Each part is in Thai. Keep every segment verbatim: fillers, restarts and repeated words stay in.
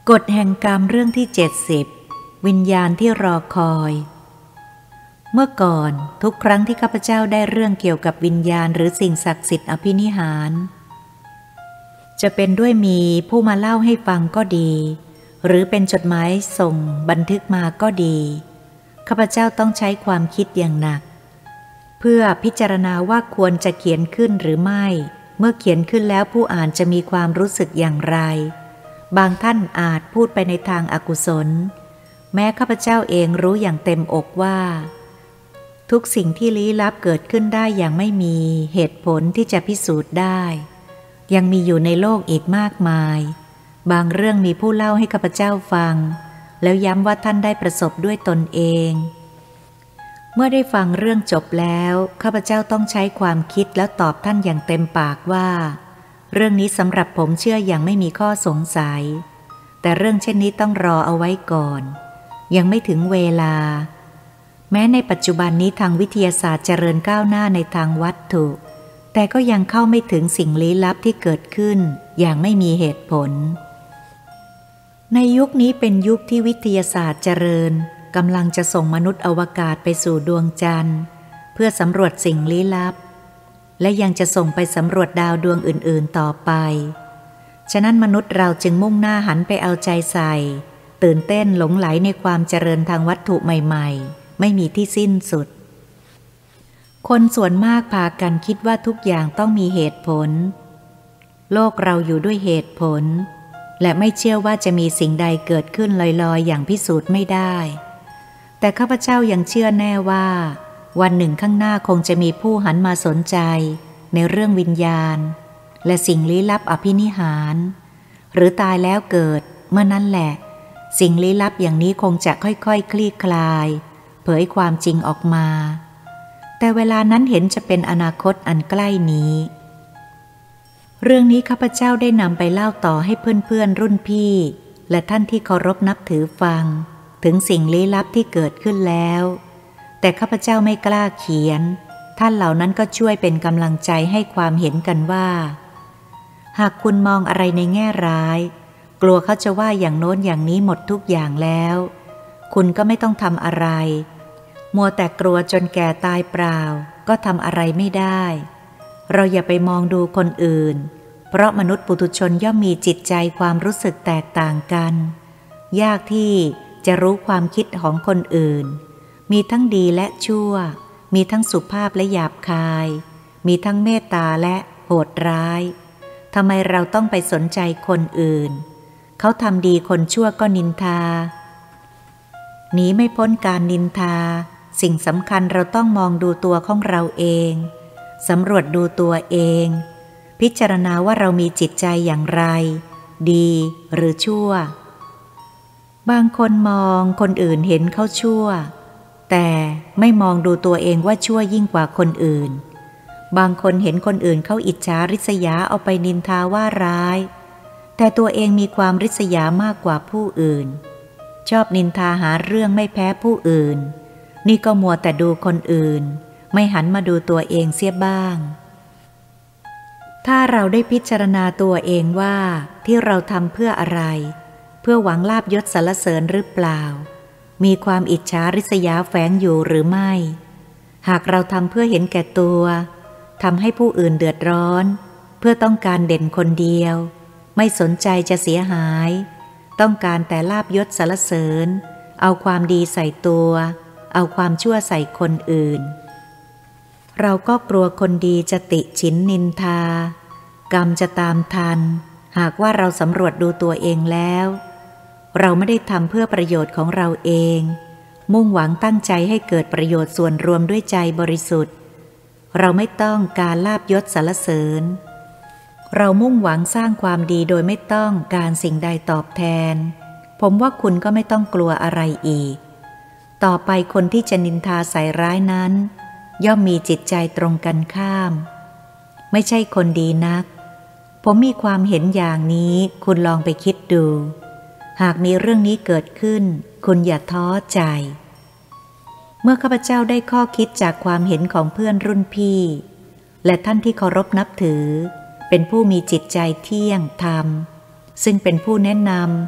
กฎแห่งกรรมเรื่องที่เจ็ดสิบวิญญาณที่รอคอยเมื่อก่อนทุกครั้งที่ข้าพเจ้าได้เรื่องเกี่ยวกับวิญญาณหรือสิ่งศักดิ์สิทธิ์อภินิหารจะเป็นด้วยมีผู้มาเล่าให้ฟังก็ดีหรือเป็นจดหมายส่งบันทึกมาก็ดีข้าพเจ้าต้องใช้ความคิดอย่างหนักเพื่อพิจารณาว่าควรจะเขียนขึ้นหรือไม่เมื่อเขียนขึ้นแล้วผู้อ่านจะมีความรู้สึกอย่างไรบางท่านอาจพูดไปในทางอากุศลแม้ข้าพเจ้าเองรู้อย่างเต็มอกว่าทุกสิ่งที่ลี้ลับเกิดขึ้นได้อย่างไม่มีเหตุผลที่จะพิสูจน์ได้ยังมีอยู่ในโลกอีกมากมายบางเรื่องมีผู้เล่าให้ข้าพเจ้าฟังแล้วย้ำว่าท่านได้ประสบด้วยตนเองเมื่อได้ฟังเรื่องจบแล้วข้าพเจ้าต้องใช้ความคิดแล้วตอบท่านอย่างเต็มปากว่าเรื่องนี้สำหรับผมเชื่ออย่างไม่มีข้อสงสัยแต่เรื่องเช่นนี้ต้องรอเอาไว้ก่อนยังไม่ถึงเวลาแม้ในปัจจุบันนี้ทางวิทยาศาสตร์เจริญก้าวหน้าในทางวัตถุแต่ก็ยังเข้าไม่ถึงสิ่งลี้ลับที่เกิดขึ้นอย่างไม่มีเหตุผลในยุคนี้เป็นยุคที่วิทยาศาสตร์เจริญกำลังจะส่งมนุษย์อวกาศไปสู่ดวงจันทร์เพื่อสำรวจสิ่งลี้ลับและยังจะส่งไปสำรวจดาวดวงอื่นๆต่อไปฉะนั้นมนุษย์เราจึงมุ่งหน้าหันไปเอาใจใส่ตื่นเต้นหลงไหลในความเจริญทางวัตถุใหม่ๆไม่มีที่สิ้นสุดคนส่วนมากพากันคิดว่าทุกอย่างต้องมีเหตุผลโลกเราอยู่ด้วยเหตุผลและไม่เชื่อว่าจะมีสิ่งใดเกิดขึ้นลอยๆอย่างพิสูจน์ไม่ได้แต่ข้าพเจ้ายังเชื่อแน่ว่าวันหนึ่งข้างหน้าคงจะมีผู้หันมาสนใจในเรื่องวิญญาณและสิ่งลี้ลับอภินิหารหรือตายแล้วเกิดเมื่อนั้นแหละสิ่งลี้ลับอย่างนี้คงจะค่อยๆคลี่คลายเผยความจริงออกมาแต่เวลานั้นเห็นจะเป็นอนาคตอันใกล้นี้เรื่องนี้ข้าพเจ้าได้นำไปเล่าต่อให้เพื่อนๆรุ่นพี่และท่านที่เคารพนับถือฟังถึงสิ่งลี้ลับที่เกิดขึ้นแล้วแต่ข้าพเจ้าไม่กล้าเขียนท่านเหล่านั้นก็ช่วยเป็นกำลังใจให้ความเห็นกันว่าหากคุณมองอะไรในแง่ร้ายกลัวเขาจะว่าอย่างโน้นอย่างนี้หมดทุกอย่างแล้วคุณก็ไม่ต้องทำอะไรมัวแต่กลัวจนแก่ตายเปล่าก็ทำอะไรไม่ได้เราอย่าไปมองดูคนอื่นเพราะมนุษย์ปุถุชนย่อมมีจิตใจความรู้สึกแตกต่างกันยากที่จะรู้ความคิดของคนอื่นมีทั้งดีและชั่วมีทั้งสุภาพและหยาบคายมีทั้งเมตตาและโหดร้ายทำไมเราต้องไปสนใจคนอื่นเขาทำดีคนชั่วก็นินทาหนีไม่พ้นการนินทาสิ่งสำคัญเราต้องมองดูตัวของเราเองสำรวจดูตัวเองพิจารณาว่าเรามีจิตใจอย่างไรดีหรือชั่วบางคนมองคนอื่นเห็นเขาชั่วแต่ไม่มองดูตัวเองว่าชั่วยิ่งกว่าคนอื่นบางคนเห็นคนอื่นเขาอิจฉาริษยาเอาไปนินทาว่าร้ายแต่ตัวเองมีความริษยามากกว่าผู้อื่นชอบนินทาหาเรื่องไม่แพ้ผู้อื่นนี่ก็มัวแต่ดูคนอื่นไม่หันมาดูตัวเองเสียบ้างถ้าเราได้พิจารณาตัวเองว่าที่เราทำเพื่ออะไรเพื่อหวังลาภยศสรรเสริญหรือเปล่ามีความอิจฉาริษยาแฝงอยู่หรือไม่หากเราทำเพื่อเห็นแก่ตัวทำให้ผู้อื่นเดือดร้อนเพื่อต้องการเด่นคนเดียวไม่สนใจจะเสียหายต้องการแต่ลาภยศสรรเสริญเอาความดีใส่ตัวเอาความชั่วใส่คนอื่นเราก็กลัวคนดีจะติฉินนินทากรรมจะตามทันหากว่าเราสำรวจดูตัวเองแล้วเราไม่ได้ทำเพื่อประโยชน์ของเราเองมุ่งหวังตั้งใจให้เกิดประโยชน์ส่วนรวมด้วยใจบริสุทธิ์เราไม่ต้องการลาภยศสรรเสริญเรามุ่งหวังสร้างความดีโดยไม่ต้องการสิ่งใดตอบแทนผมว่าคุณก็ไม่ต้องกลัวอะไรอีกต่อไปคนที่จะนินทาใส่ร้ายนั้นย่อมมีจิตใจตรงกันข้ามไม่ใช่คนดีนักผมมีความเห็นอย่างนี้คุณลองไปคิดดูหากมีเรื่องนี้เกิดขึ้นคุณอย่าท้อใจเมื่อข้าพเจ้าได้ข้อคิดจากความเห็นของเพื่อนรุ่นพี่และท่านที่เคารพนับถือเป็นผู้มีจิตใจเที่ยงธรรมซึ่งเป็นผู้แนะนำ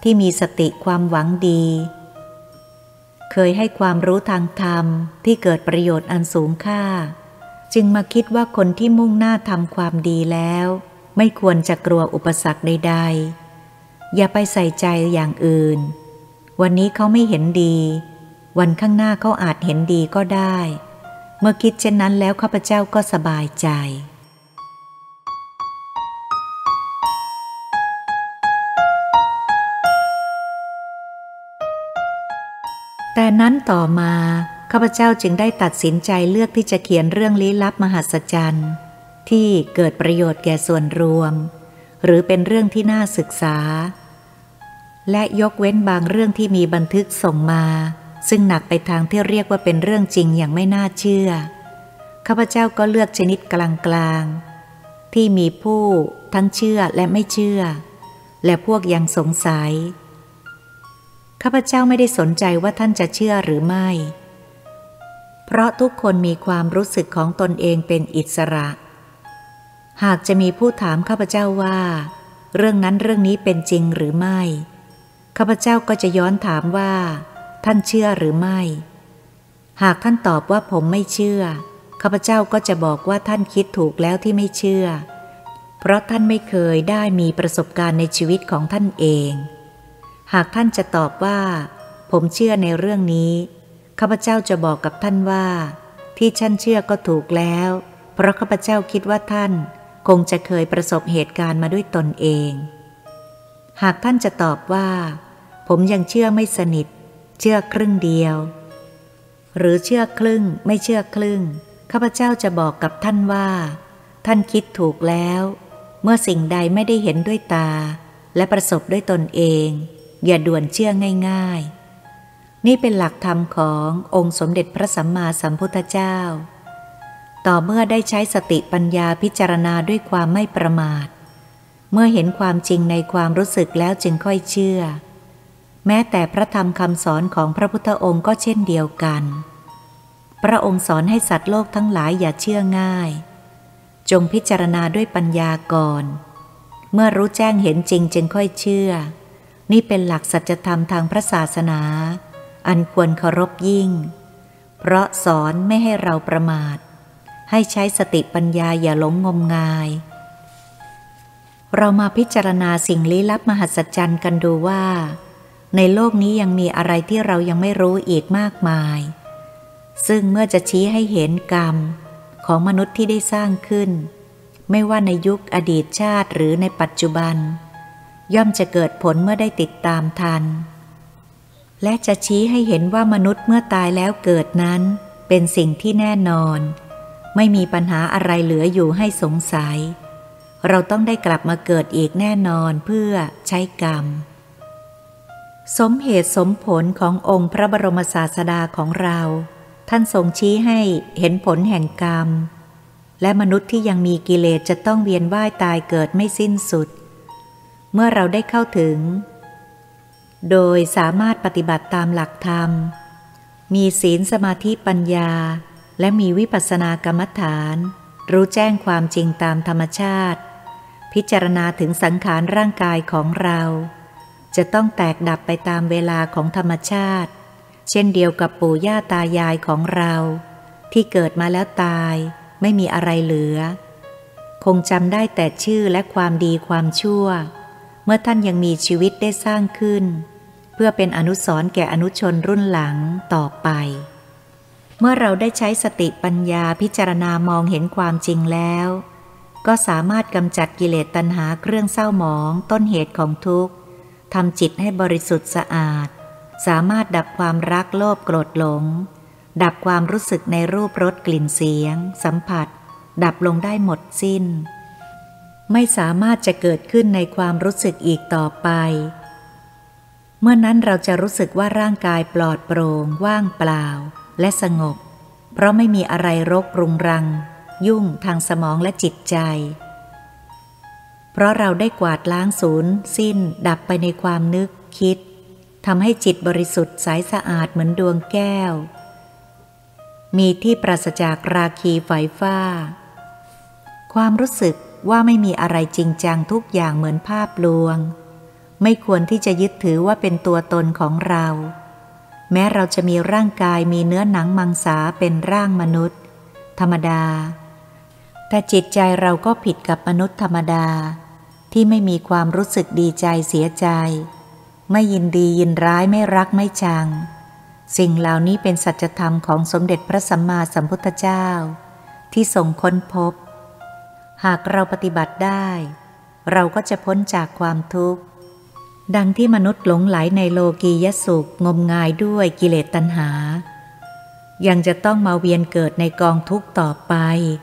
ที่มีสติความหวังดีเคยให้ความรู้ทางธรรมที่เกิดประโยชน์อันสูงค่าจึงมาคิดว่าคนที่มุ่งหน้าทำความดีแล้วไม่ควรจะกลัวอุปสรรคใดๆอย่าไปใส่ใจอย่างอื่นวันนี้เขาไม่เห็นดีวันข้างหน้าเขาอาจเห็นดีก็ได้เมื่อคิดเช่นนั้นแล้วข้าพเจ้าก็สบายใจแต่นั้นต่อมาข้าพเจ้าจึงได้ตัดสินใจเลือกที่จะเขียนเรื่องลี้ลับมหัศจรรย์ที่เกิดประโยชน์แก่ส่วนรวมหรือเป็นเรื่องที่น่าศึกษาและยกเว้นบางเรื่องที่มีบันทึกส่งมาซึ่งหนักไปทางที่เรียกว่าเป็นเรื่องจริงอย่างไม่น่าเชื่อข้าพเจ้าก็เลือกชนิดกลางๆที่มีผู้ทั้งเชื่อและไม่เชื่อและพวกยังสงสัยข้าพเจ้าไม่ได้สนใจว่าท่านจะเชื่อหรือไม่เพราะทุกคนมีความรู้สึกของตนเองเป็นอิสระหากจะมีผู้ถามข้าพเจ้าว่าเรื่องนั้นเรื่องนี้เป็นจริงหรือไม่ข้าพเจ้าก็จะย้อนถามว่าท่านเชื่อหรือไม่หากท่านตอบว่าผมไม่เชื่อข้าพเจ้าก็จะบอกว่าท่านคิดถูกแล้วที่ไม่เชื่อเพราะท่านไม่เคยได้มีประสบการณ์ในชีวิตของท่านเองหากท่านจะตอบว่าผมเชื่อในเรื่องนี้ข้าพเจ้าจะบอกกับท่านว่าที่ท่านเชื่อก็ถูกแล้วเพราะข้าพเจ้าคิดว่าท่านคงจะเคยประสบเหตุการณ์มาด้วยตนเองหากท่านจะตอบว่าผมยังเชื่อไม่สนิทเชื่อครึ่งเดียวหรือเชื่อครึ่งไม่เชื่อครึ่งข้าพเจ้าจะบอกกับท่านว่าท่านคิดถูกแล้วเมื่อสิ่งใดไม่ได้เห็นด้วยตาและประสบด้วยตนเองอย่าด่วนเชื่อง่ายๆนี่เป็นหลักธรรมขององค์สมเด็จพระสัมมาสัมพุทธเจ้าต่อเมื่อได้ใช้สติปัญญาพิจารณาด้วยความไม่ประมาทเมื่อเห็นความจริงในความรู้สึกแล้วจึงค่อยเชื่อแม้แต่พระธรรมคำสอนของพระพุทธองค์ก็เช่นเดียวกันพระองค์สอนให้สัตว์โลกทั้งหลายอย่าเชื่อง่ายจงพิจารณาด้วยปัญญาก่อนเมื่อรู้แจ้งเห็นจริงจึงค่อยเชื่อนี่เป็นหลักสัจธรรมทางพระศาสนาอันควรเคารพยิ่งเพราะสอนไม่ให้เราประมาทให้ใช้สติปัญญาอย่าหลงงมงายเรามาพิจารณาสิ่งลี้ลับมหัศจรรย์กันดูว่าในโลกนี้ยังมีอะไรที่เรายังไม่รู้อีกมากมายซึ่งเมื่อจะชี้ให้เห็นกรรมของมนุษย์ที่ได้สร้างขึ้นไม่ว่าในยุคอดีตชาติหรือในปัจจุบันย่อมจะเกิดผลเมื่อได้ติดตามทันและจะชี้ให้เห็นว่ามนุษย์เมื่อตายแล้วเกิดนั้นเป็นสิ่งที่แน่นอนไม่มีปัญหาอะไรเหลืออยู่ให้สงสัยเราต้องได้กลับมาเกิดอีกแน่นอนเพื่อใช้กรรมสมเหตุสมผลขององค์พระบรมศาสดาของเราท่านทรงชี้ให้เห็นผลแห่งกรรมและมนุษย์ที่ยังมีกิเลสจะต้องเวียนว่ายตายเกิดไม่สิ้นสุดเมื่อเราได้เข้าถึงโดยสามารถปฏิบัติตามหลักธรรมมีศีลสมาธิปัญญาและมีวิปัสสนากรรมฐานรู้แจ้งความจริงตามธรรมชาติพิจารณาถึงสังขารร่างกายของเราจะต้องแตกดับไปตามเวลาของธรรมชาติเช่นเดียวกับปู่ย่าตายายของเราที่เกิดมาแล้วตายไม่มีอะไรเหลือคงจำได้แต่ชื่อและความดีความชั่วเมื่อท่านยังมีชีวิตได้สร้างขึ้นเพื่อเป็นอนุสรณ์แก่อนุชนรุ่นหลังต่อไปเมื่อเราได้ใช้สติปัญญาพิจารณามองเห็นความจริงแล้วก็สามารถกำจัดกิเลสตัณหาเครื่องเศร้าหมองต้นเหตุของทุกข์ทำจิตให้บริสุทธิ์สะอาดสามารถดับความรักโลภโกรธหลงดับความรู้สึกในรูปรสกลิ่นเสียงสัมผัสดับลงได้หมดสิ้นไม่สามารถจะเกิดขึ้นในความรู้สึกอีกต่อไปเมื่อนั้นเราจะรู้สึกว่าร่างกายปลอดโปร่งว่างเปล่าและสงบเพราะไม่มีอะไรรกรุงรังยุ่งทางสมองและจิตใจเพราะเราได้กวาดล้างสูญสิ้นดับไปในความนึกคิดทำให้จิตบริสุทธิ์ใสสะอาดเหมือนดวงแก้วมีที่ปราศจากราคีไฟฟ้าความรู้สึกว่าไม่มีอะไรจริงจังทุกอย่างเหมือนภาพลวงไม่ควรที่จะยึดถือว่าเป็นตัวตนของเรา แม้เราจะมีร่างกายมีเนื้อหนังมังสาเป็นร่างมนุษย์ธรรมดาแต่จิตใจเราก็ผิดกับมนุษย์ธรรมดาที่ไม่มีความรู้สึกดีใจเสียใจไม่ยินดียินร้ายไม่รักไม่ชังสิ่งเหล่านี้เป็นสัจธรรมของสมเด็จพระสัมมาสัมพุทธเจ้าที่ทรงค้นพบหากเราปฏิบัติได้เราก็จะพ้นจากความทุกข์ดังที่มนุษย์หลงไหลในโลกียสุขงมงายด้วยกิเลสตัณหายังจะต้องมาเวียนเกิดในกองทุกข์ต่อไป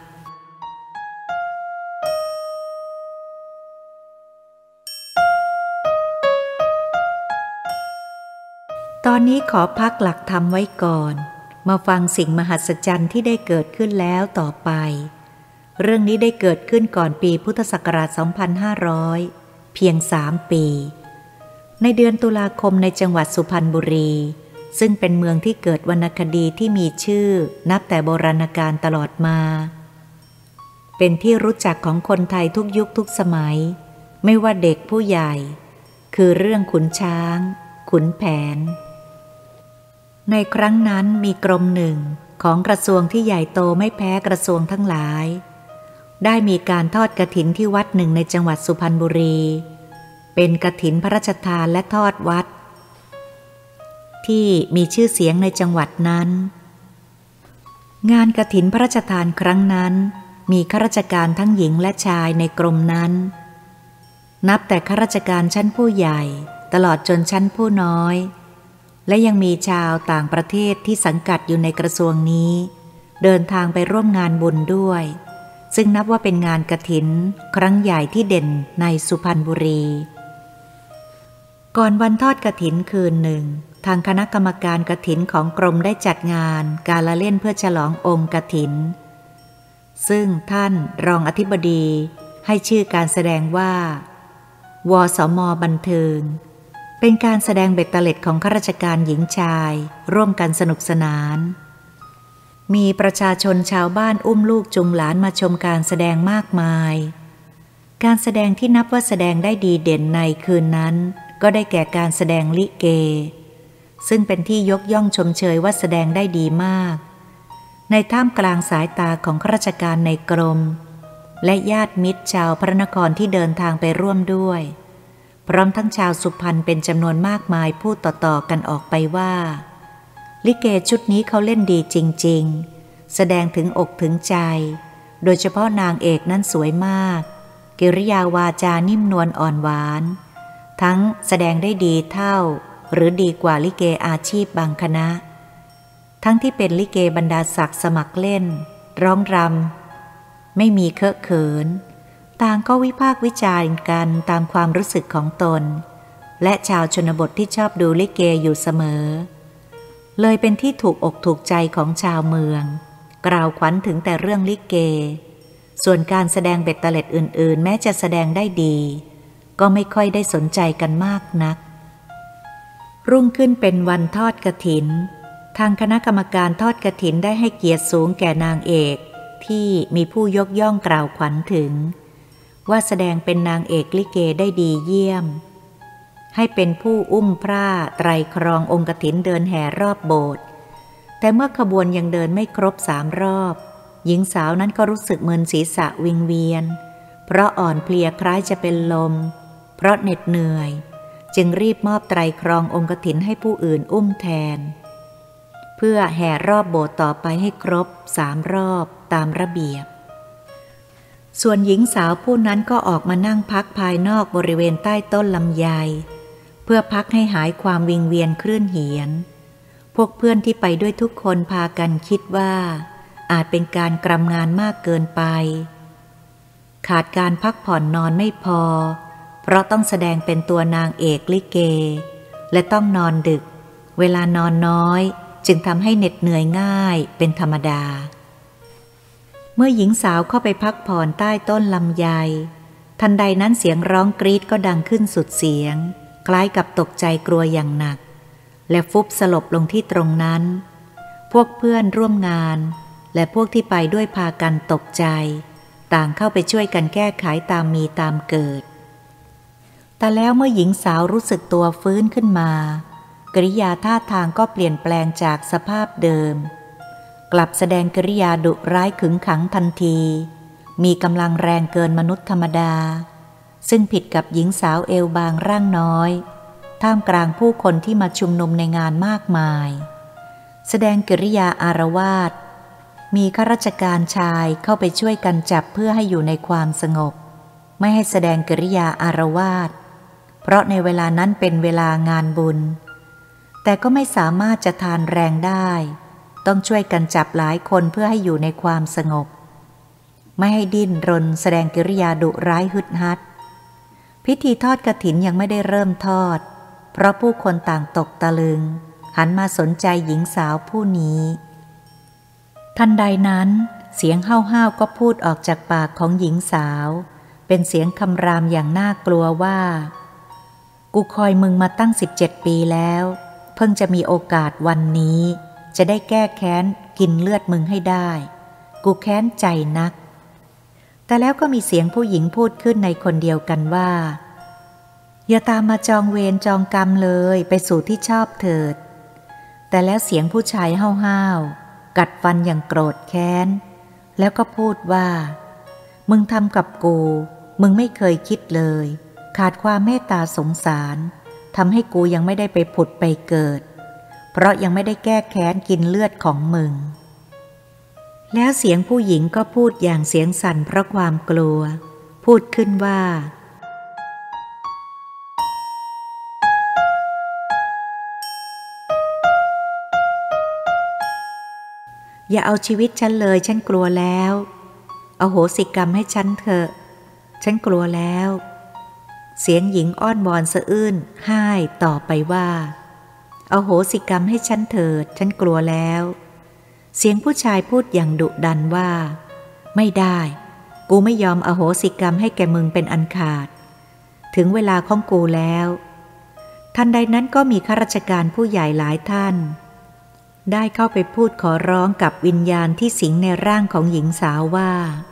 ตอนนี้ขอพักหลักธรรมไว้ก่อนมาฟังสิ่งมหัศจรรย์ที่ได้เกิดขึ้นแล้วต่อไปเรื่องนี้ได้เกิดขึ้นก่อนปีพุทธศักราช สองพันห้าร้อย เพียงสามปีในเดือนตุลาคมในจังหวัดสุพรรณบุรีซึ่งเป็นเมืองที่เกิดวรรณคดีที่มีชื่อนับแต่โบราณกาลตลอดมาเป็นที่รู้จักของคนไทยทุกยุคทุกสมัยไม่ว่าเด็กผู้ใหญ่คือเรื่องขุนช้างขุนแผนในครั้งนั้นมีกรมหนึ่งของกระทรวงที่ใหญ่โตไม่แพ้กระทรวงทั้งหลายได้มีการทอดกฐินที่วัดหนึ่งในจังหวัดสุพรรณบุรีเป็นกฐินพระราชทานและทอดวัดที่มีชื่อเสียงในจังหวัดนั้นงานกฐินพระราชทานครั้งนั้นมีข้าราชการทั้งหญิงและชายในกรมนั้นนับแต่ข้าราชการชั้นผู้ใหญ่ตลอดจนชั้นผู้น้อยและยังมีชาวต่างประเทศที่สังกัดอยู่ในกระทรวงนี้เดินทางไปร่วมงานบุญด้วยซึ่งนับว่าเป็นงานกฐินครั้งใหญ่ที่เด่นในสุพรรณบุรีก่อนวันทอดกฐินคืนหนึ่งทางคณะกรรมการกฐินของกรมได้จัดงานการละเล่นเพื่อฉลององค์กฐินซึ่งท่านรองอธิบดีให้ชื่อการแสดงว่าวสม.บันเทิงเป็นการแสดงเบ็ดเตล็ดของข้าราชการหญิงชายร่วมกันสนุกสนานมีประชาชนชาวบ้านอุ้มลูกจูงหลานมาชมการแสดงมากมายการแสดงที่นับว่าแสดงได้ดีเด่นในคืนนั้นก็ได้แก่การแสดงลิเกซึ่งเป็นที่ยกย่องชมเชยว่าแสดงได้ดีมากในท่ามกลางสายตาของข้าราชการในกรมและญาติมิตรชาวพระนครที่เดินทางไปร่วมด้วยพร้อมทั้งชาวสุพรรณเป็นจำนวนมากมายพูดต่อๆกันออกไปว่าลิเกชุดนี้เขาเล่นดีจริงๆแสดงถึงอกถึงใจโดยเฉพาะนางเอกนั้นสวยมากกิริยาวาจานิ่มนวลอ่อนหวานทั้งแสดงได้ดีเท่าหรือดีกว่าลิเกอาชีพบางคณะทั้งที่เป็นลิเกบรรดาศักดิ์สมัครเล่นร้องรำไม่มีเคอะเขินต่างก็วิพากษ์วิจารณ์กันตามความรู้สึกของตนและชาวชนบทที่ชอบดูลิเกอยู่เสมอเลยเป็นที่ถูกอกถูกใจของชาวเมืองกล่าวขวัญถึงแต่เรื่องลิเกส่วนการแสดงเบ็ดเตล็ดอื่นๆแม้จะแสดงได้ดีก็ไม่ค่อยได้สนใจกันมากนักรุ่งขึ้นเป็นวันทอดกฐินทางคณะกรรมการทอดกฐินได้ให้เกียรติสูงแก่นางเอกที่มีผู้ยกย่องกล่าวขวัญถึงว่าแสดงเป็นนางเอกลิเกได้ดีเยี่ยมให้เป็นผู้อุ้มพระไตรครององค์กฐินเดินแห่รอบโบสถ์แต่เมื่อขบวนยังเดินไม่ครบสามรอบหญิงสาวนั้นก็รู้สึกมึนศีรษะวิงเวียนเพราะอ่อนเพลียคล้ายจะเป็นลมเพราะเหน็ดเหนื่อยจึงรีบมอบไตรครององค์กฐินให้ผู้อื่นอุ้มแทนเพื่อแห่รอบโบสถ์ต่อไปให้ครบสามรอบตามระเบียบส่วนหญิงสาวผู้นั้นก็ออกมานั่งพักภายนอกบริเวณใต้ต้นลำไยเพื่อพักให้หายความวิงเวียนคลื่นเหียนพวกเพื่อนที่ไปด้วยทุกคนพากันคิดว่าอาจเป็นการกรำงานมากเกินไปขาดการพักผ่อนนอนไม่พอเพราะต้องแสดงเป็นตัวนางเอกลิเกและต้องนอนดึกเวลานอนน้อยจึงทำให้เหน็ดเหนื่อยง่ายเป็นธรรมดาเมื่อหญิงสาวเข้าไปพักผ่อนใต้ต้นลำไยทันใดนั้นเสียงร้องกรี๊ดก็ดังขึ้นสุดเสียงคล้ายกับตกใจกลัวอย่างหนักและฟุบสลบลงที่ตรงนั้นพวกเพื่อนร่วมงานและพวกที่ไปด้วยพากันตกใจต่างเข้าไปช่วยกันแก้ไขตามมีตามเกิดแต่แล้วเมื่อหญิงสาวรู้สึกตัวฟื้นขึ้นมากริยาท่าทางก็เปลี่ยนแปลงจากสภาพเดิมกลับแสดงกริยาดุร้ายขึงขังทันทีมีกำลังแรงเกินมนุษย์ธรรมดาซึ่งผิดกับหญิงสาวเอวบางร่างน้อยท่ามกลางผู้คนที่มาชุมนุมในงานมากมายแสดงกิริยาอารวาสมีข้าราชการชายเข้าไปช่วยกันจับเพื่อให้อยู่ในความสงบไม่ให้แสดงกิริยาอารวาสเพราะในเวลานั้นเป็นเวลางานบุญแต่ก็ไม่สามารถจะทานแรงได้ต้องช่วยกันจับหลายคนเพื่อให้อยู่ในความสงบไม่ให้ดิ้นรนแสดงกิริยาดุร้ายหึดฮัดพิธีทอดกฐินยังไม่ได้เริ่มทอดเพราะผู้คนต่างตกตะลึงหันมาสนใจหญิงสาวผู้นี้ทันใดนั้นเสียงห้าวๆก็พูดออกจากปากของหญิงสาวเป็นเสียงคำรามอย่างน่ากลัวว่ากูคอยมึงมาตั้งสิบเจ็ดปีแล้วเพิ่งจะมีโอกาสวันนี้จะได้แก้แค้นกินเลือดมึงให้ได้กูแค้นใจนักแต่แล้วก็มีเสียงผู้หญิงพูดขึ้นในคนเดียวกันว่าอย่าตามมาจองเวรจองกรรมเลยไปสู่ที่ชอบเถิดแต่แล้วเสียงผู้ชายห้าวๆกัดฟันอย่างโกรธแค้นแล้วก็พูดว่ามึงทำกับกูมึงไม่เคยคิดเลยขาดความเมตตาสงสารทำให้กูยังไม่ได้ไปผุดไปเกิดเพราะยังไม่ได้แก้แค้นกินเลือดของมึงแล้วเสียงผู้หญิงก็พูดอย่างเสียงสั่นเพราะความกลัวพูดขึ้นว่าอย่าเอาชีวิตฉันเลยฉันกลัวแล้วอโหสิกรรมให้ฉันเถอะฉันกลัวแล้วเสียงหญิงอ้อนวอนสะอื้นไห้ต่อไปว่าอโหสิกรรมให้ฉันเถิดฉันกลัวแล้วเสียงผู้ชายพูดอย่างดุดันว่าไม่ได้กูไม่ยอมอโหสิกรรมให้แกมึงเป็นอันขาดถึงเวลาของกูแล้วทันใดนั้นก็มีข้าราชการผู้ใหญ่หลายท่านได้เข้าไปพูดขอร้องกับวิญญาณที่สิงในร่างของหญิงสาวว่า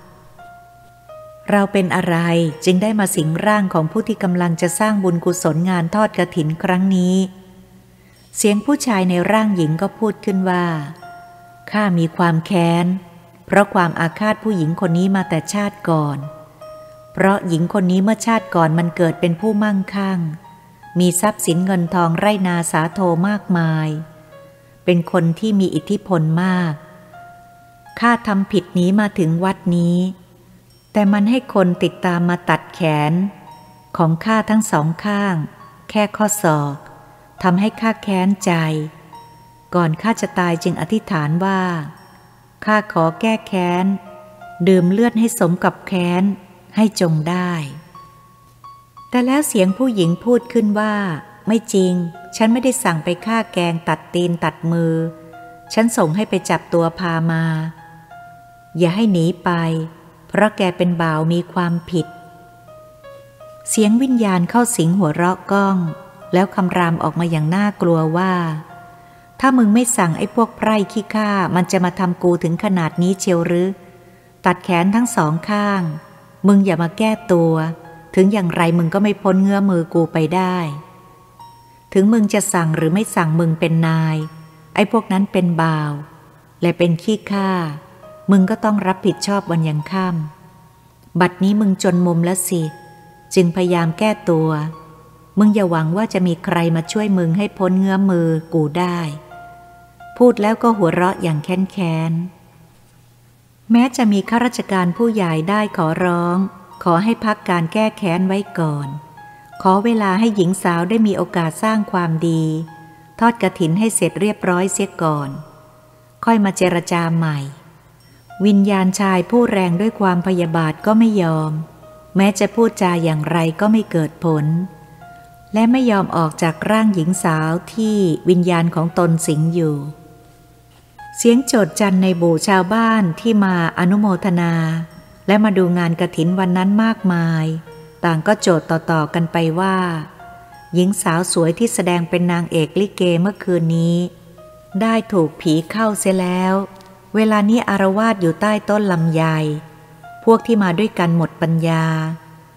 เราเป็นอะไรจึงได้มาสิงร่างของผู้ที่กำลังจะสร้างบุญกุศลงานทอดกฐินครั้งนี้เสียงผู้ชายในร่างหญิงก็พูดขึ้นว่าข้ามีความแค้นเพราะความอาฆาตผู้หญิงคนนี้มาแต่ชาติก่อนเพราะหญิงคนนี้เมื่อชาติก่อนมันเกิดเป็นผู้มั่งคั่งมีทรัพย์สินเงินทองไร่นาสาโทมากมายเป็นคนที่มีอิทธิพลมากข้าทำผิดนี้มาถึงวัดนี้แต่มันให้คนติดตามมาตัดแขนของข้าทั้งสองข้างแค่ข้อศอกทำให้ข้าแค้นใจก่อนข้าจะตายจึงอธิษฐานว่าข้าขอแก้แค้นดื่มเลือดให้สมกับแค้นให้จงได้แต่แล้วเสียงผู้หญิงพูดขึ้นว่าไม่จริงฉันไม่ได้สั่งไปฆ่าแกงตัดตีนตัดมือฉันส่งให้ไปจับตัวพามาอย่าให้หนีไปเพราะแกเป็นบ่าวมีความผิดเสียงวิญญาณเข้าสิงหัวเราะก้องแล้วคำรามออกมาอย่างน่ากลัวว่าถ้ามึงไม่สั่งไอ้พวกไพร่ขี้ข้ามันจะมาทำกูถึงขนาดนี้เชียวหรือตัดแขนทั้งสองข้างมึงอย่ามาแก้ตัวถึงอย่างไรมึงก็ไม่พ้นเงื้อมือกูไปได้ถึงมึงจะสั่งหรือไม่สั่งมึงเป็นนายไอ้พวกนั้นเป็นบ่าวและเป็นขี้ข้ามึงก็ต้องรับผิดชอบวันยังค่ำบัดนี้มึงจนมุมแล้วสิจึงพยายามแก้ตัวมึงอย่าหวังว่าจะมีใครมาช่วยมึงให้พ้นเงื้อมือกูได้พูดแล้วก็หัวเราะอย่างแค้นๆแม้จะมีข้าราชการผู้ใหญ่ได้ขอร้องขอให้พักการแก้แค้นไว้ก่อนขอเวลาให้หญิงสาวได้มีโอกาสสร้างความดีทอดกฐินให้เสร็จเรียบร้อยเสียก่อนค่อยมาเจรจาใหม่วิญญาณชายผู้แรงด้วยความพยาบาทก็ไม่ยอมแม้จะพูดจาอย่างไรก็ไม่เกิดผลและไม่ยอมออกจากร่างหญิงสาวที่วิญญาณของตนสิงอยู่เสียงโจษจันในบู่ชาวบ้านที่มาอนุโมทนาและมาดูงานกฐินวันนั้นมากมายต่างก็โจทย์ต่อๆกันไปว่าหญิงสาวสวยที่แสดงเป็นนางเอกลิเกเมื่อคืนนี้ได้ถูกผีเข้าเสียแล้วเวลานี้อารวาสอยู่ใต้ต้นลำไยพวกที่มาด้วยกันหมดปัญญา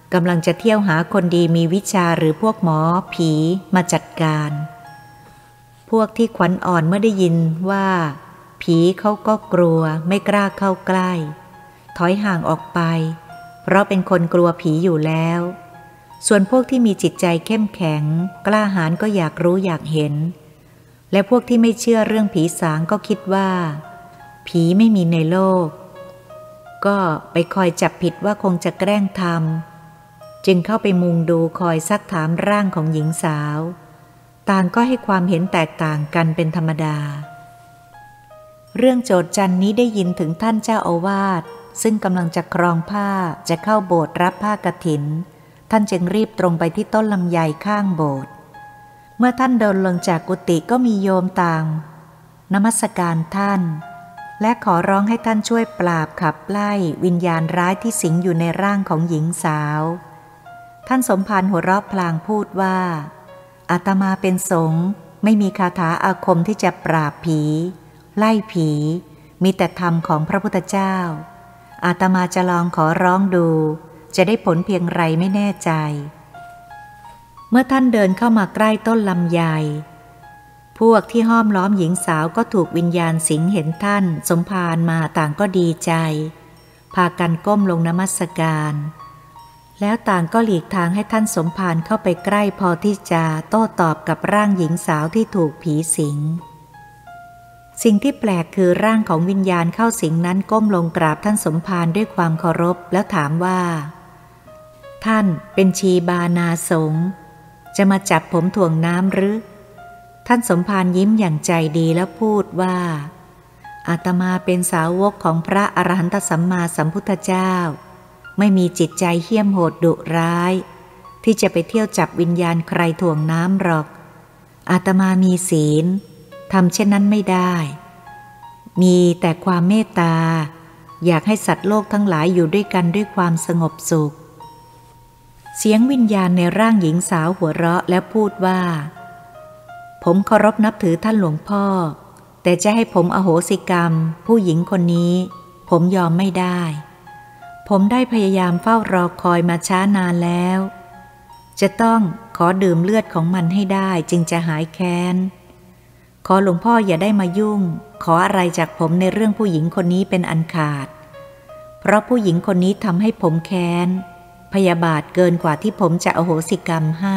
กำลังจะเที่ยวหาคนดีมีวิชาหรือพวกหมอผีมาจัดการพวกที่ขวัญอ่อนเมื่อได้ยินว่าผีเขาก็กลัวไม่กล้าเข้าใกล้ถอยห่างออกไปเพราะเป็นคนกลัวผีอยู่แล้วส่วนพวกที่มีจิตใจเข้มแข็งกล้าหาญก็อยากรู้อยากเห็นและพวกที่ไม่เชื่อเรื่องผีสางก็คิดว่าผีไม่มีในโลกก็ไปคอยจับผิดว่าคงจะแกล้งทำจึงเข้าไปมุงดูคอยซักถามร่างของหญิงสาวต่างก็ให้ความเห็นแตกต่างกันเป็นธรรมดาเรื่องโจทย์จันนี้ได้ยินถึงท่านเจ้าอาวาสซึ่งกำลังจะครองผ้าจะเข้าโบสถ์รับผ้ากฐินท่านจึงรีบตรงไปที่ต้นลำไยข้างโบสถ์เมื่อท่านเดินลงจากกุฏิก็มีโยมต่างนมัสการท่านและขอร้องให้ท่านช่วยปราบขับไล่วิญญาณร้ายที่สิงอยู่ในร่างของหญิงสาวท่านสมภารหัวเราะพลางพูดว่าอาตมาเป็นสงฆ์ไม่มีคาถาอาคมที่จะปราบผีไล่ผีมีแต่ธรรมของพระพุทธเจ้าอาตมาจะลองขอร้องดูจะได้ผลเพียงไรไม่แน่ใจเมื่อท่านเดินเข้ามาใกล้ต้นลำไยพวกที่ห้อมล้อมหญิงสาวก็ถูกวิญญาณสิงเห็นท่านสมภารมาต่างก็ดีใจพากันก้มลงนมัสการแล้วต่างก็หลีกทางให้ท่านสมภารเข้าไปใกล้พอที่จะโต้ตอบกับร่างหญิงสาวที่ถูกผีสิงสิ่งที่แปลกคือร่างของวิญญาณเข้าสิงนั้นก้มลงกราบท่านสมภารด้วยความเคารพแล้วถามว่าท่านเป็นชีบานาสงฆ์จะมาจับผมถ่วงน้ำหรือท่านสมภารยิ้มอย่างใจดีแล้วพูดว่าอาตมาเป็นสาวกของพระอรหันตสัมมาสัมพุทธเจ้าไม่มีจิตใจเหี้ยมโหดดุร้ายที่จะไปเที่ยวจับวิญญาณใครถ่วงน้ำหรอกอาตมามีศีลทำเช่นนั้นไม่ได้มีแต่ความเมตตาอยากให้สัตว์โลกทั้งหลายอยู่ด้วยกันด้วยความสงบสุขเสียงวิญญาณในร่างหญิงสาวหัวเราะและพูดว่าผมเคารพนับถือท่านหลวงพ่อแต่จะให้ผมอโหสิกรรมผู้หญิงคนนี้ผมยอมไม่ได้ผมได้พยายามเฝ้ารอคอยมาช้านานแล้วจะต้องขอดื่มเลือดของมันให้ได้จึงจะหายแค้นขอหลวงพ่ออย่าได้มายุ่งขออะไรจากผมในเรื่องผู้หญิงคนนี้เป็นอันขาดเพราะผู้หญิงคนนี้ทำให้ผมแค้นพยาบาทเกินกว่าที่ผมจะอโหสิกรรมให้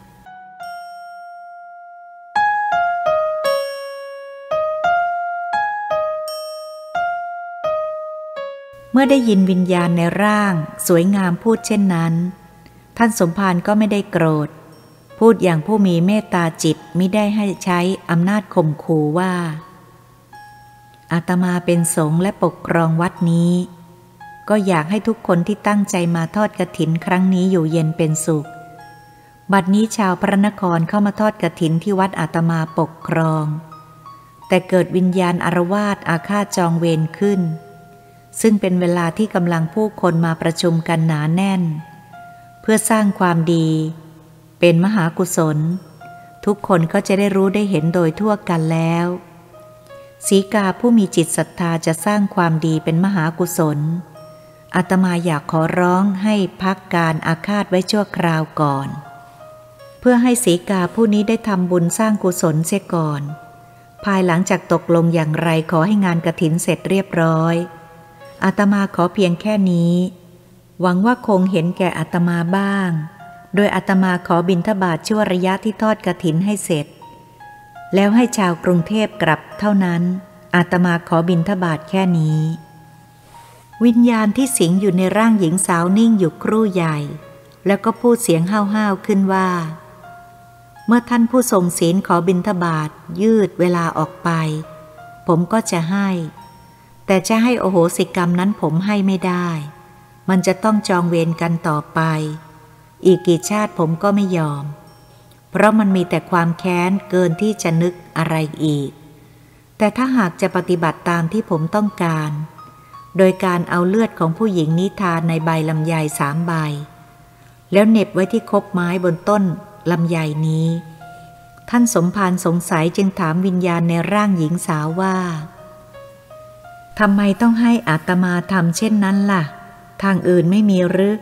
เมื่อได้ยินวิญญาณในร่างสวยงามพูดเช่นนั้นท่านสมภารก็ไม่ได้โกรธพูดอย่างผู้มีเมตตาจิตมิได้ให้ใช้อำนาจข่มขู่ว่าอาตมาเป็นสงฆ์และปกครองวัดนี้ก็อยากให้ทุกคนที่ตั้งใจมาทอดกฐินครั้งนี้อยู่เย็นเป็นสุขบัดนี้ชาวพระนครเข้ามาทอดกฐินที่วัดอาตมาปกครองแต่เกิดวิญญาณอาละวาดอาฆาตจองเวรขึ้นซึ่งเป็นเวลาที่กำลังผู้คนมาประชุมกันหนาแน่นเพื่อสร้างความดีเป็นมหากุศลทุกคนก็จะได้รู้ได้เห็นโดยทั่วกันแล้วสีกาผู้มีจิตศรัทธาจะสร้างความดีเป็นมหากุศลอาตมาอยากขอร้องให้พักการอาฆาตไว้ชั่วคราวก่อนเพื่อให้สีกาผู้นี้ได้ทำบุญสร้างกุศลเสียก่อนภายหลังจากตกลงอย่างไรขอให้งานกฐินเสร็จเรียบร้อยอาตมาขอเพียงแค่นี้หวังว่าคงเห็นแก่อาตมาบ้างโดยอาตมาขอบิณฑบาตชั่วระยะที่ทอดกฐินให้เสร็จแล้วให้ชาวกรุงเทพกลับเท่านั้นอาตมาขอบิณฑบาตแค่นี้วิญญาณที่สิงอยู่ในร่างหญิงสาวนิ่งอยู่ครู่ใหญ่แล้วก็พูดเสียงห้าวๆขึ้นว่าเมื่อท่านผู้ทรงศีลขอบิณฑบาตยืดเวลาออกไปผมก็จะให้แต่จะให้โอโหสิกรรมนั้นผมให้ไม่ได้มันจะต้องจองเวรกันต่อไปอีกกี่ชาติผมก็ไม่ยอมเพราะมันมีแต่ความแค้นเกินที่จะนึกอะไรอีกแต่ถ้าหากจะปฏิบัติตามที่ผมต้องการโดยการเอาเลือดของผู้หญิงนิทานในใบลำไยสามใบแล้วเหน็บไว้ที่คบไม้บนต้นลำไยนี้ท่านสมภารสงสัยจึงถามวิญญาณในร่างหญิงสาวว่าทำไมต้องให้อาตมาทำเช่นนั้นล่ะทางอื่นไม่มีหรือ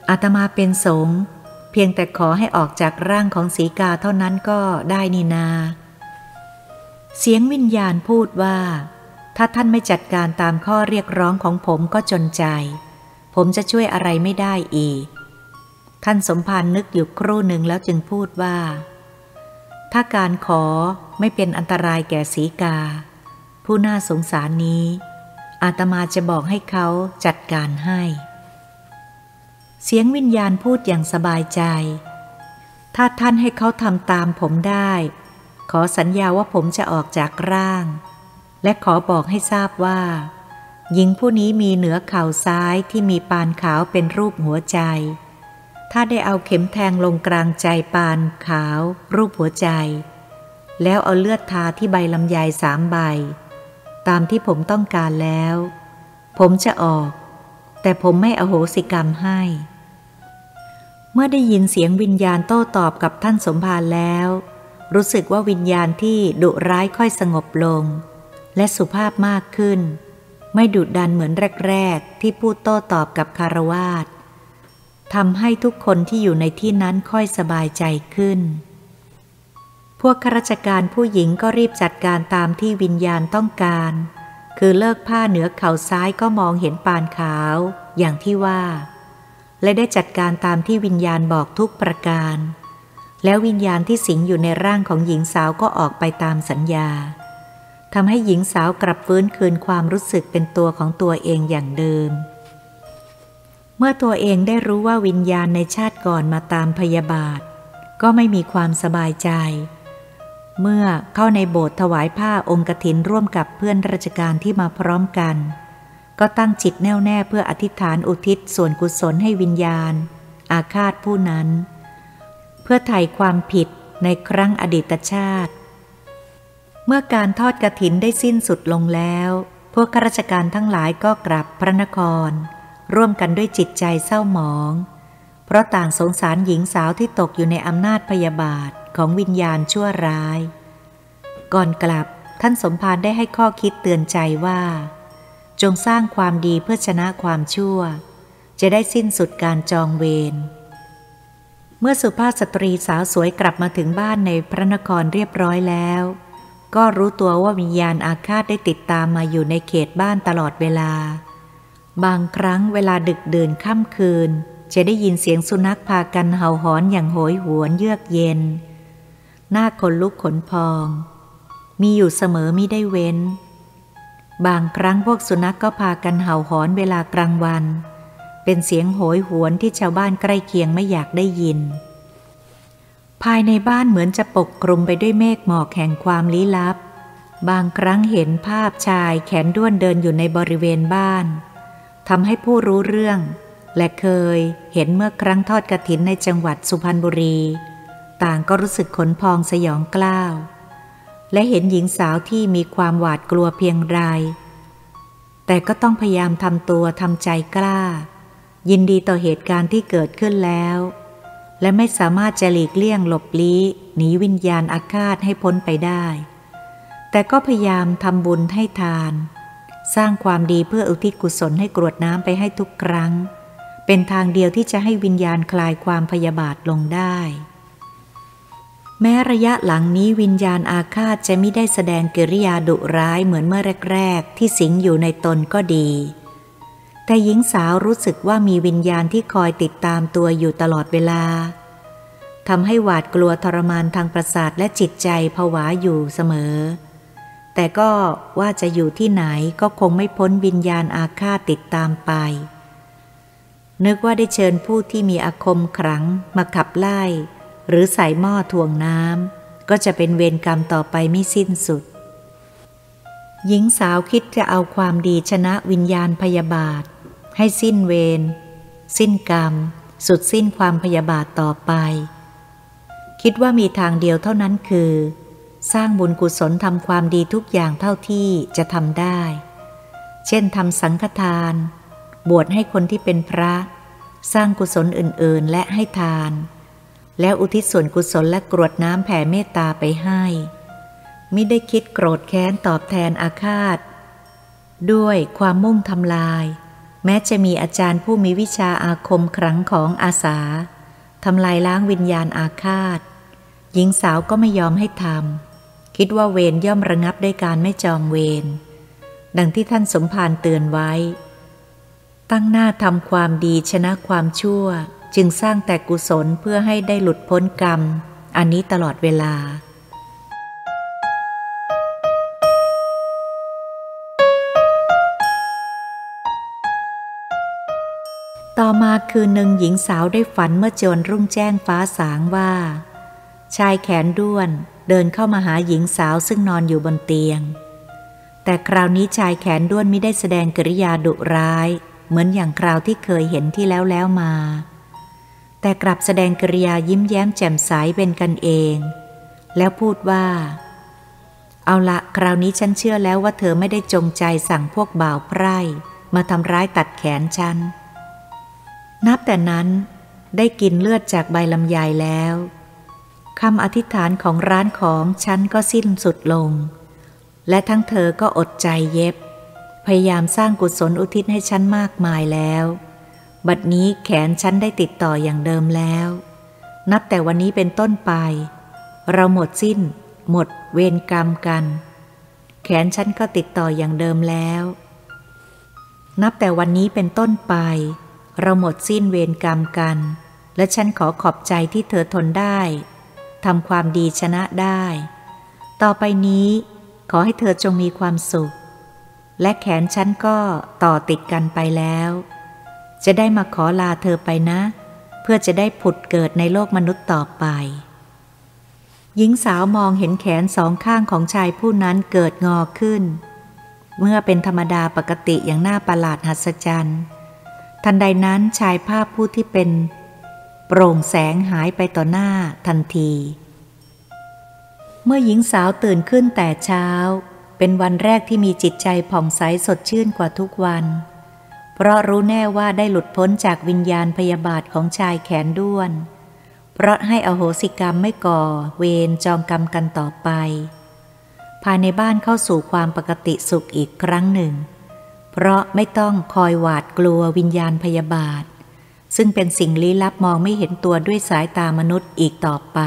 อาตมาเป็นสงฆ์เพียงแต่ขอให้ออกจากร่างของสีกาเท่านั้นก็ได้นี่นาเสียงวิญญาณพูดว่าถ้าท่านไม่จัดการตามข้อเรียกร้องของผมก็จนใจผมจะช่วยอะไรไม่ได้อีกท่านสมภารนึกอยู่ครู่หนึ่งแล้วจึงพูดว่าถ้าการขอไม่เป็นอันตรายแก่สีกาผู้น่าสงสารนี้อาตมาจะบอกให้เขาจัดการให้เสียงวิญญาณพูดอย่างสบายใจถ้าท่านให้เขาทำตามผมได้ขอสัญญาว่าผมจะออกจากร่างและขอบอกให้ทราบว่าหญิงผู้นี้มีเหนือเข่าซ้ายที่มีปานขาวเป็นรูปหัวใจถ้าได้เอาเข็มแทงลงกลางใจปานขาวรูปหัวใจแล้วเอาเลือดทาที่ใบลำไยสามใบตามที่ผมต้องการแล้วผมจะออกแต่ผมไม่อโหสิกรรมให้เมื่อได้ยินเสียงวิญญาณโต้ตอบกับท่านสมภารแล้วรู้สึกว่าวิญญาณที่ดุร้ายค่อยสงบลงและสุภาพมากขึ้นไม่ดุดันเหมือนแรกๆที่พูดโต้ตอบกับคฤหัสถ์ทำให้ทุกคนที่อยู่ในที่นั้นค่อยสบายใจขึ้นพวกข้าราชการผู้หญิงก็รีบจัดการตามที่วิญญาณต้องการคือเลิกผ้าเหนือเข่าซ้ายก็มองเห็นปานขาวอย่างที่ว่าและได้จัดการตามที่วิญญาณบอกทุกประการแล้ววิญญาณที่สิงอยู่ในร่างของหญิงสาวก็ออกไปตามสัญญาทำให้หญิงสาวกลับฟื้นคืนความรู้สึกเป็นตัวของตัวเองอย่างเดิมเมื่อตัวเองได้รู้ว่าวิญญาณในชาติก่อนมาตามพยาบาทก็ไม่มีความสบายใจเมื่อเข้าในโบสถ์ถวายผ้าองค์กฐินร่วมกับเพื่อนราชการที่มาพร้อมกันก็ตั้งจิตแน่วแน่เพื่ออธิษฐานอุทิศส่วนกุศลให้วิญญาณอาฆาตผู้นั้นเพื่อไถ่ความผิดในครั้งอดีตชาติเมื่อการทอดกฐินได้สิ้นสุดลงแล้วพวกข้าราชการทั้งหลายก็กลับพระนครร่วมกันด้วยจิตใจเศร้าหมองเพราะต่างสงสารหญิงสาวที่ตกอยู่ในอำนาจพยาบาทของวิญญาณชั่วร้ายก่อนกลับท่านสมภารได้ให้ข้อคิดเตือนใจว่าจงสร้างความดีเพื่อชนะความชั่วจะได้สิ้นสุดการจองเวรเมื่อสุภาพสตรีสาวสวยกลับมาถึงบ้านในพระนครเรียบร้อยแล้วก็รู้ตัวว่าวิญญาณอาฆาตได้ติดตามมาอยู่ในเขตบ้านตลอดเวลาบางครั้งเวลาดึกดื่นค่ำคืนจะได้ยินเสียงสุนัขพากันเห่าหอนอย่างโหยหวนเยือกเย็นหน้าขนลุกขนพองมีอยู่เสมอมิได้เว้นบางครั้งพวกสุนัขก็พากันเห่าหอนเวลากลางวันเป็นเสียงโหยหวนที่ชาวบ้านใกล้เคียงไม่อยากได้ยินภายในบ้านเหมือนจะปกคลุมไปด้วยเมฆหมอกแห่งความลี้ลับบางครั้งเห็นภาพชายแขนด้วนเดินอยู่ในบริเวณบ้านทำให้ผู้รู้เรื่องและเคยเห็นเมื่อครั้งทอดกฐินในจังหวัดสุพรรณบุรีต่างก็รู้สึกขนพองสยองกล้าวและเห็นหญิงสาวที่มีความหวาดกลัวเพียงไรแต่ก็ต้องพยายามทำตัวทำใจกล้ายินดีต่อเหตุการณ์ที่เกิดขึ้นแล้วและไม่สามารถจะหลีกเลี่ยงหลบลี้หนีวิญญาณอาฆาตให้พ้นไปได้แต่ก็พยายามทำบุญให้ทานสร้างความดีเพื่ออุทิศกุศลให้กรวดน้ำไปให้ทุกครั้งเป็นทางเดียวที่จะให้วิญญาณคลายความพยาบาทลงได้แม้ระยะหลังนี้วิญญาณอาฆาตจะไม่ได้แสดงกิริยาดุร้ายเหมือนเมื่อแรกๆที่สิงอยู่ในตนก็ดีแต่หญิงสาวรู้สึกว่ามีวิญญาณที่คอยติดตามตัวอยู่ตลอดเวลาทำให้หวาดกลัวทรมานทางประสาทและจิตใจผวาอยู่เสมอแต่ก็ว่าจะอยู่ที่ไหนก็คงไม่พ้นวิญญาณอาฆาตติดตามไปนึกว่าได้เชิญผู้ที่มีอาคมขลังมาขับไล่หรือใส่หม้อถ่วงน้ำก็จะเป็นเวรกรรมต่อไปไม่สิ้นสุดหญิงสาวคิดจะเอาความดีชนะวิญญาณพยาบาทให้สิ้นเวรสิ้นกรรมสุดสิ้นความพยาบาทต่อไปคิดว่ามีทางเดียวเท่านั้นคือสร้างบุญกุศลทำความดีทุกอย่างเท่าที่จะทำได้เช่นทำสังฆทานบวชให้คนที่เป็นพระสร้างกุศลอื่นๆและให้ทานแล้วอุทิศส่วนกุศลและกรวดน้ำแผ่เมตตาไปให้มิได้คิดโกรธแค้นตอบแทนอาฆาตด้วยความมุ่งทำลายแม้จะมีอาจารย์ผู้มีวิชาอาคมขลังของอาสาทำลายล้างวิญญาณอาฆาตหญิงสาวก็ไม่ยอมให้ทำคิดว่าเวรย่อมระงับด้วยการไม่จองเวรดังที่ท่านสมภารเตือนไว้ตั้งหน้าทำความดีชนะความชั่วจึงสร้างแต่กุศลเพื่อให้ได้หลุดพ้นกรรมอันนี้ตลอดเวลาต่อมาคืนหนึ่งหญิงสาวได้ฝันเมื่อจวนรุ่งแจ้งฟ้าสางว่าชายแขนด้วนเดินเข้ามาหาหญิงสาวซึ่งนอนอยู่บนเตียงแต่คราวนี้ชายแขนด้วนไม่ได้แสดงกิริยาดุร้ายเหมือนอย่างคราวที่เคยเห็นที่แล้วแล้วมาแต่กลับแสดงกิริยายิ้มแย้มแจ่มใสเป็นกันเองแล้วพูดว่าเอาละคราวนี้ฉันเชื่อแล้วว่าเธอไม่ได้จงใจสั่งพวกบ่าวไพร่มาทำร้ายตัดแขนฉันนับแต่นั้นได้กินเลือดจากใบลำไยแล้วคำอธิษฐานของร้านของฉันก็สิ้นสุดลงและทั้งเธอก็อดใจเย็บพยายามสร้างกุศลอุทิศให้ฉันมากมายแล้วบัดนี้แขนฉันได้ติดต่ออย่างเดิมแล้วนับแต่วันนี้เป็นต้นไปเราหมดสิ้นหมดเวรกรรมกันแขนฉันก็ติดต่ออย่างเดิมแล้วนับแต่วันนี้เป็นต้นไปเราหมดสิ้นเวรกรรมกันและฉันขอขอบใจที่เธอทนได้ทำความดีชนะได้ต่อไปนี้ขอให้เธอจงมีความสุขและแขนฉันก็ต่อติดกันไปแล้วจะได้มาขอลาเธอไปนะเพื่อจะได้ผุดเกิดในโลกมนุษย์ต่อไปหญิงสาวมองเห็นแขนสองข้างของชายผู้นั้นเกิดงอขึ้นเมื่อเป็นธรรมดาปกติอย่างน่าประหลาดหัศจรรย์ทันใดนั้นชายภาพผู้ที่เป็นโปร่งแสงหายไปต่อหน้าทันทีเมื่อหญิงสาวตื่นขึ้นแต่เช้าเป็นวันแรกที่มีจิตใจผ่องใสสดชื่นกว่าทุกวันเพราะรู้แน่ว่าได้หลุดพ้นจากวิญญาณพยาบาทของชายแขนด้วนเพราะให้อโหสิกรรมไม่ก่อเวรจองกรรมกันต่อไปภายในบ้านเข้าสู่ความปกติสุขอีกครั้งหนึ่งเพราะไม่ต้องคอยหวาดกลัววิญญาณพยาบาทซึ่งเป็นสิ่งลี้ลับมองไม่เห็นตัวด้วยสายตามนุษย์อีกต่อไป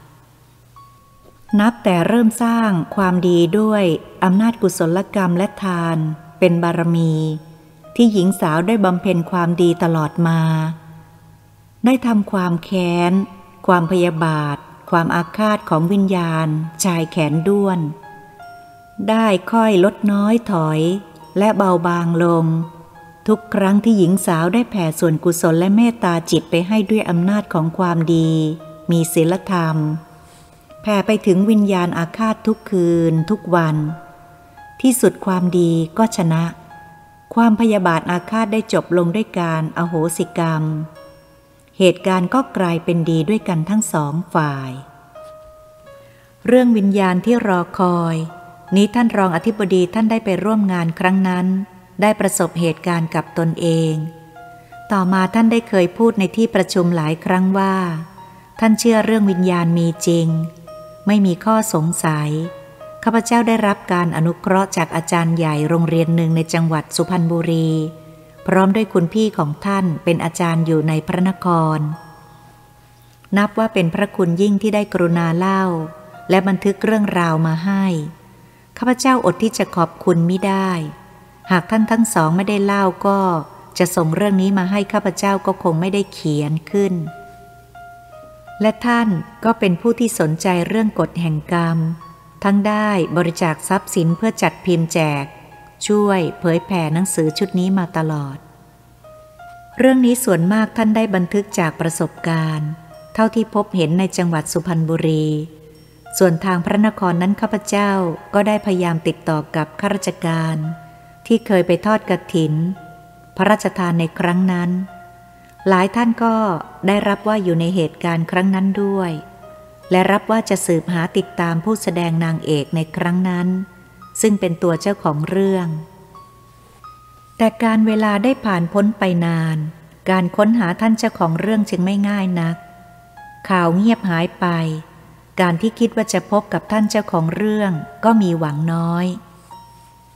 นับแต่เริ่มสร้างความดีด้วยอำนาจกุศลกรรมและทานเป็นบารมีที่หญิงสาวได้บำเพ็ญความดีตลอดมาได้ทำความแค้นความพยาบาทความอาฆาตของวิญญาณชายแขนด้วนได้ค่อยลดน้อยถอยและเบาบางลงทุกครั้งที่หญิงสาวได้แผ่ส่วนกุศลและเมตตาจิตไปให้ด้วยอำนาจของความดีมีศีลธรรมแผ่ไปถึงวิญญาณอาฆาตทุกคืนทุกวันที่สุดความดีก็ชนะความพยาบาทอาฆาตได้จบลงด้วยการอโหสิกรรมเหตุการณ์ก็กลายเป็นดีด้วยกันทั้งสองฝ่ายเรื่องวิญญาณที่รอคอยนี้ท่านรองอธิบดีท่านได้ไปร่วมงานครั้งนั้นได้ประสบเหตุการณ์กับตนเองต่อมาท่านได้เคยพูดในที่ประชุมหลายครั้งว่าท่านเชื่อเรื่องวิญญาณมีจริงไม่มีข้อสงสัยข้าพเจ้าได้รับการอนุเคราะห์จากอาจารย์ใหญ่โรงเรียนหนึ่งในจังหวัดสุพรรณบุรีพร้อมด้วยคุณพี่ของท่านเป็นอาจารย์อยู่ในพระนครนับว่าเป็นพระคุณยิ่งที่ได้กรุณาเล่าและบันทึกเรื่องราวมาให้ข้าพเจ้าอดที่จะขอบคุณมิได้หากท่านทั้งสองไม่ได้เล่าก็จะส่งเรื่องนี้มาให้ข้าพเจ้าก็คงไม่ได้เขียนขึ้นและท่านก็เป็นผู้ที่สนใจเรื่องกฎแห่งกรรมทั้งได้บริจาคทรัพย์สินเพื่อจัดพิมพ์แจกช่วยเผยแผ่หนังสือชุดนี้มาตลอดเรื่องนี้ส่วนมากท่านได้บันทึกจากประสบการณ์เท่าที่พบเห็นในจังหวัดสุพรรณบุรีส่วนทางพระนครนั้นข้าพเจ้าก็ได้พยายามติดต่อกับข้าราชการที่เคยไปทอดกฐินพระราชทานในครั้งนั้นหลายท่านก็ได้รับว่าอยู่ในเหตุการณ์ครั้งนั้นด้วยและรับว่าจะสืบหาติดตามผู้แสดงนางเอกในครั้งนั้นซึ่งเป็นตัวเจ้าของเรื่องแต่การเวลาได้ผ่านพ้นไปนานการค้นหาท่านเจ้าของเรื่องจึงไม่ง่ายนักข่าวเงียบหายไปการที่คิดว่าจะพบกับท่านเจ้าของเรื่องก็มีหวังน้อย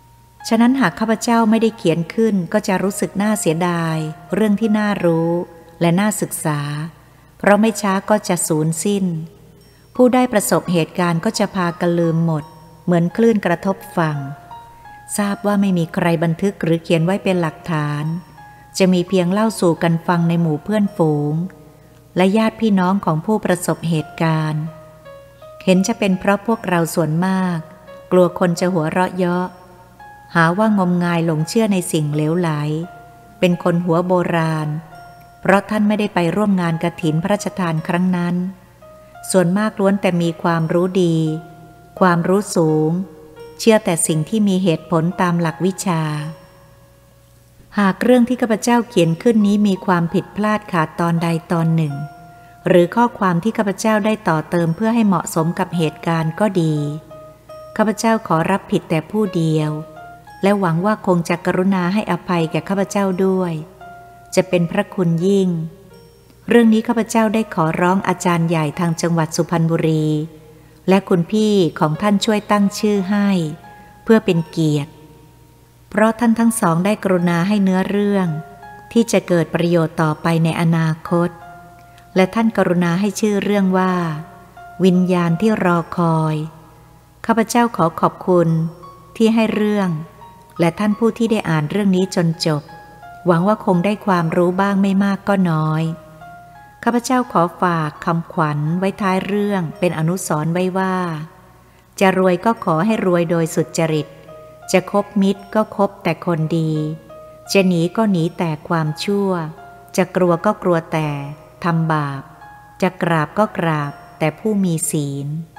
ฉะนั้นหากข้าพเจ้าไม่ได้เขียนขึ้นก็จะรู้สึกน่าเสียดายเรื่องที่น่ารู้และน่าศึกษาเพราะไม่ช้าก็จะสูญสิ้นผู้ได้ประสบเหตุการณ์ก็จะพากันลืมหมดเหมือนคลื่นกระทบฝั่งทราบว่าไม่มีใครบันทึกหรือเขียนไว้เป็นหลักฐานจะมีเพียงเล่าสู่กันฟังในหมู่เพื่อนฝูงและญาติพี่น้องของผู้ประสบเหตุการณ์เห็นจะเป็นเพราะพวกเราส่วนมากกลัวคนจะหัวเราะเยาะหาว่างมงายหลงเชื่อในสิ่งเหลวไหลเป็นคนหัวโบราณเพราะท่านไม่ได้ไปร่วมงานกฐินพระราชทานครั้งนั้นส่วนมากล้วนแต่มีความรู้ดีความรู้สูงเชื่อแต่สิ่งที่มีเหตุผลตามหลักวิชาหากเรื่องที่ข้าพเจ้าเขียนขึ้นนี้มีความผิดพลาดขาดตอนใดตอนหนึ่งหรือข้อความที่ข้าพเจ้าได้ต่อเติมเพื่อให้เหมาะสมกับเหตุการณ์ก็ดีข้าพเจ้าขอรับผิดแต่ผู้เดียวและหวังว่าคงจะกรุณาให้อภัยแก่ข้าพเจ้าด้วยจะเป็นพระคุณยิ่งเรื่องนี้ข้าพเจ้าได้ขอร้องอาจารย์ใหญ่ทางจังหวัดสุพรรณบุรีและคุณพี่ของท่านช่วยตั้งชื่อให้เพื่อเป็นเกียรติเพราะท่านทั้งสองได้กรุณาให้เนื้อเรื่องที่จะเกิดประโยชน์ต่อไปในอนาคตและท่านกรุณาให้ชื่อเรื่องว่าวิญญาณที่รอคอยข้าพเจ้าขอขอบคุณที่ให้เรื่องและท่านผู้ที่ได้อ่านเรื่องนี้จนจบหวังว่าคงได้ความรู้บ้างไม่มากก็น้อยข้าพเจ้าขอฝากคำขวัญไว้ท้ายเรื่องเป็นอนุสรณ์ไว้ว่าจะรวยก็ขอให้รวยโดยสุจริตจะคบมิตรก็คบแต่คนดีจะหนีก็หนีแต่ความชั่วจะกลัวก็กลัวแต่ทำบาปจะกราบก็กราบแต่ผู้มีศีล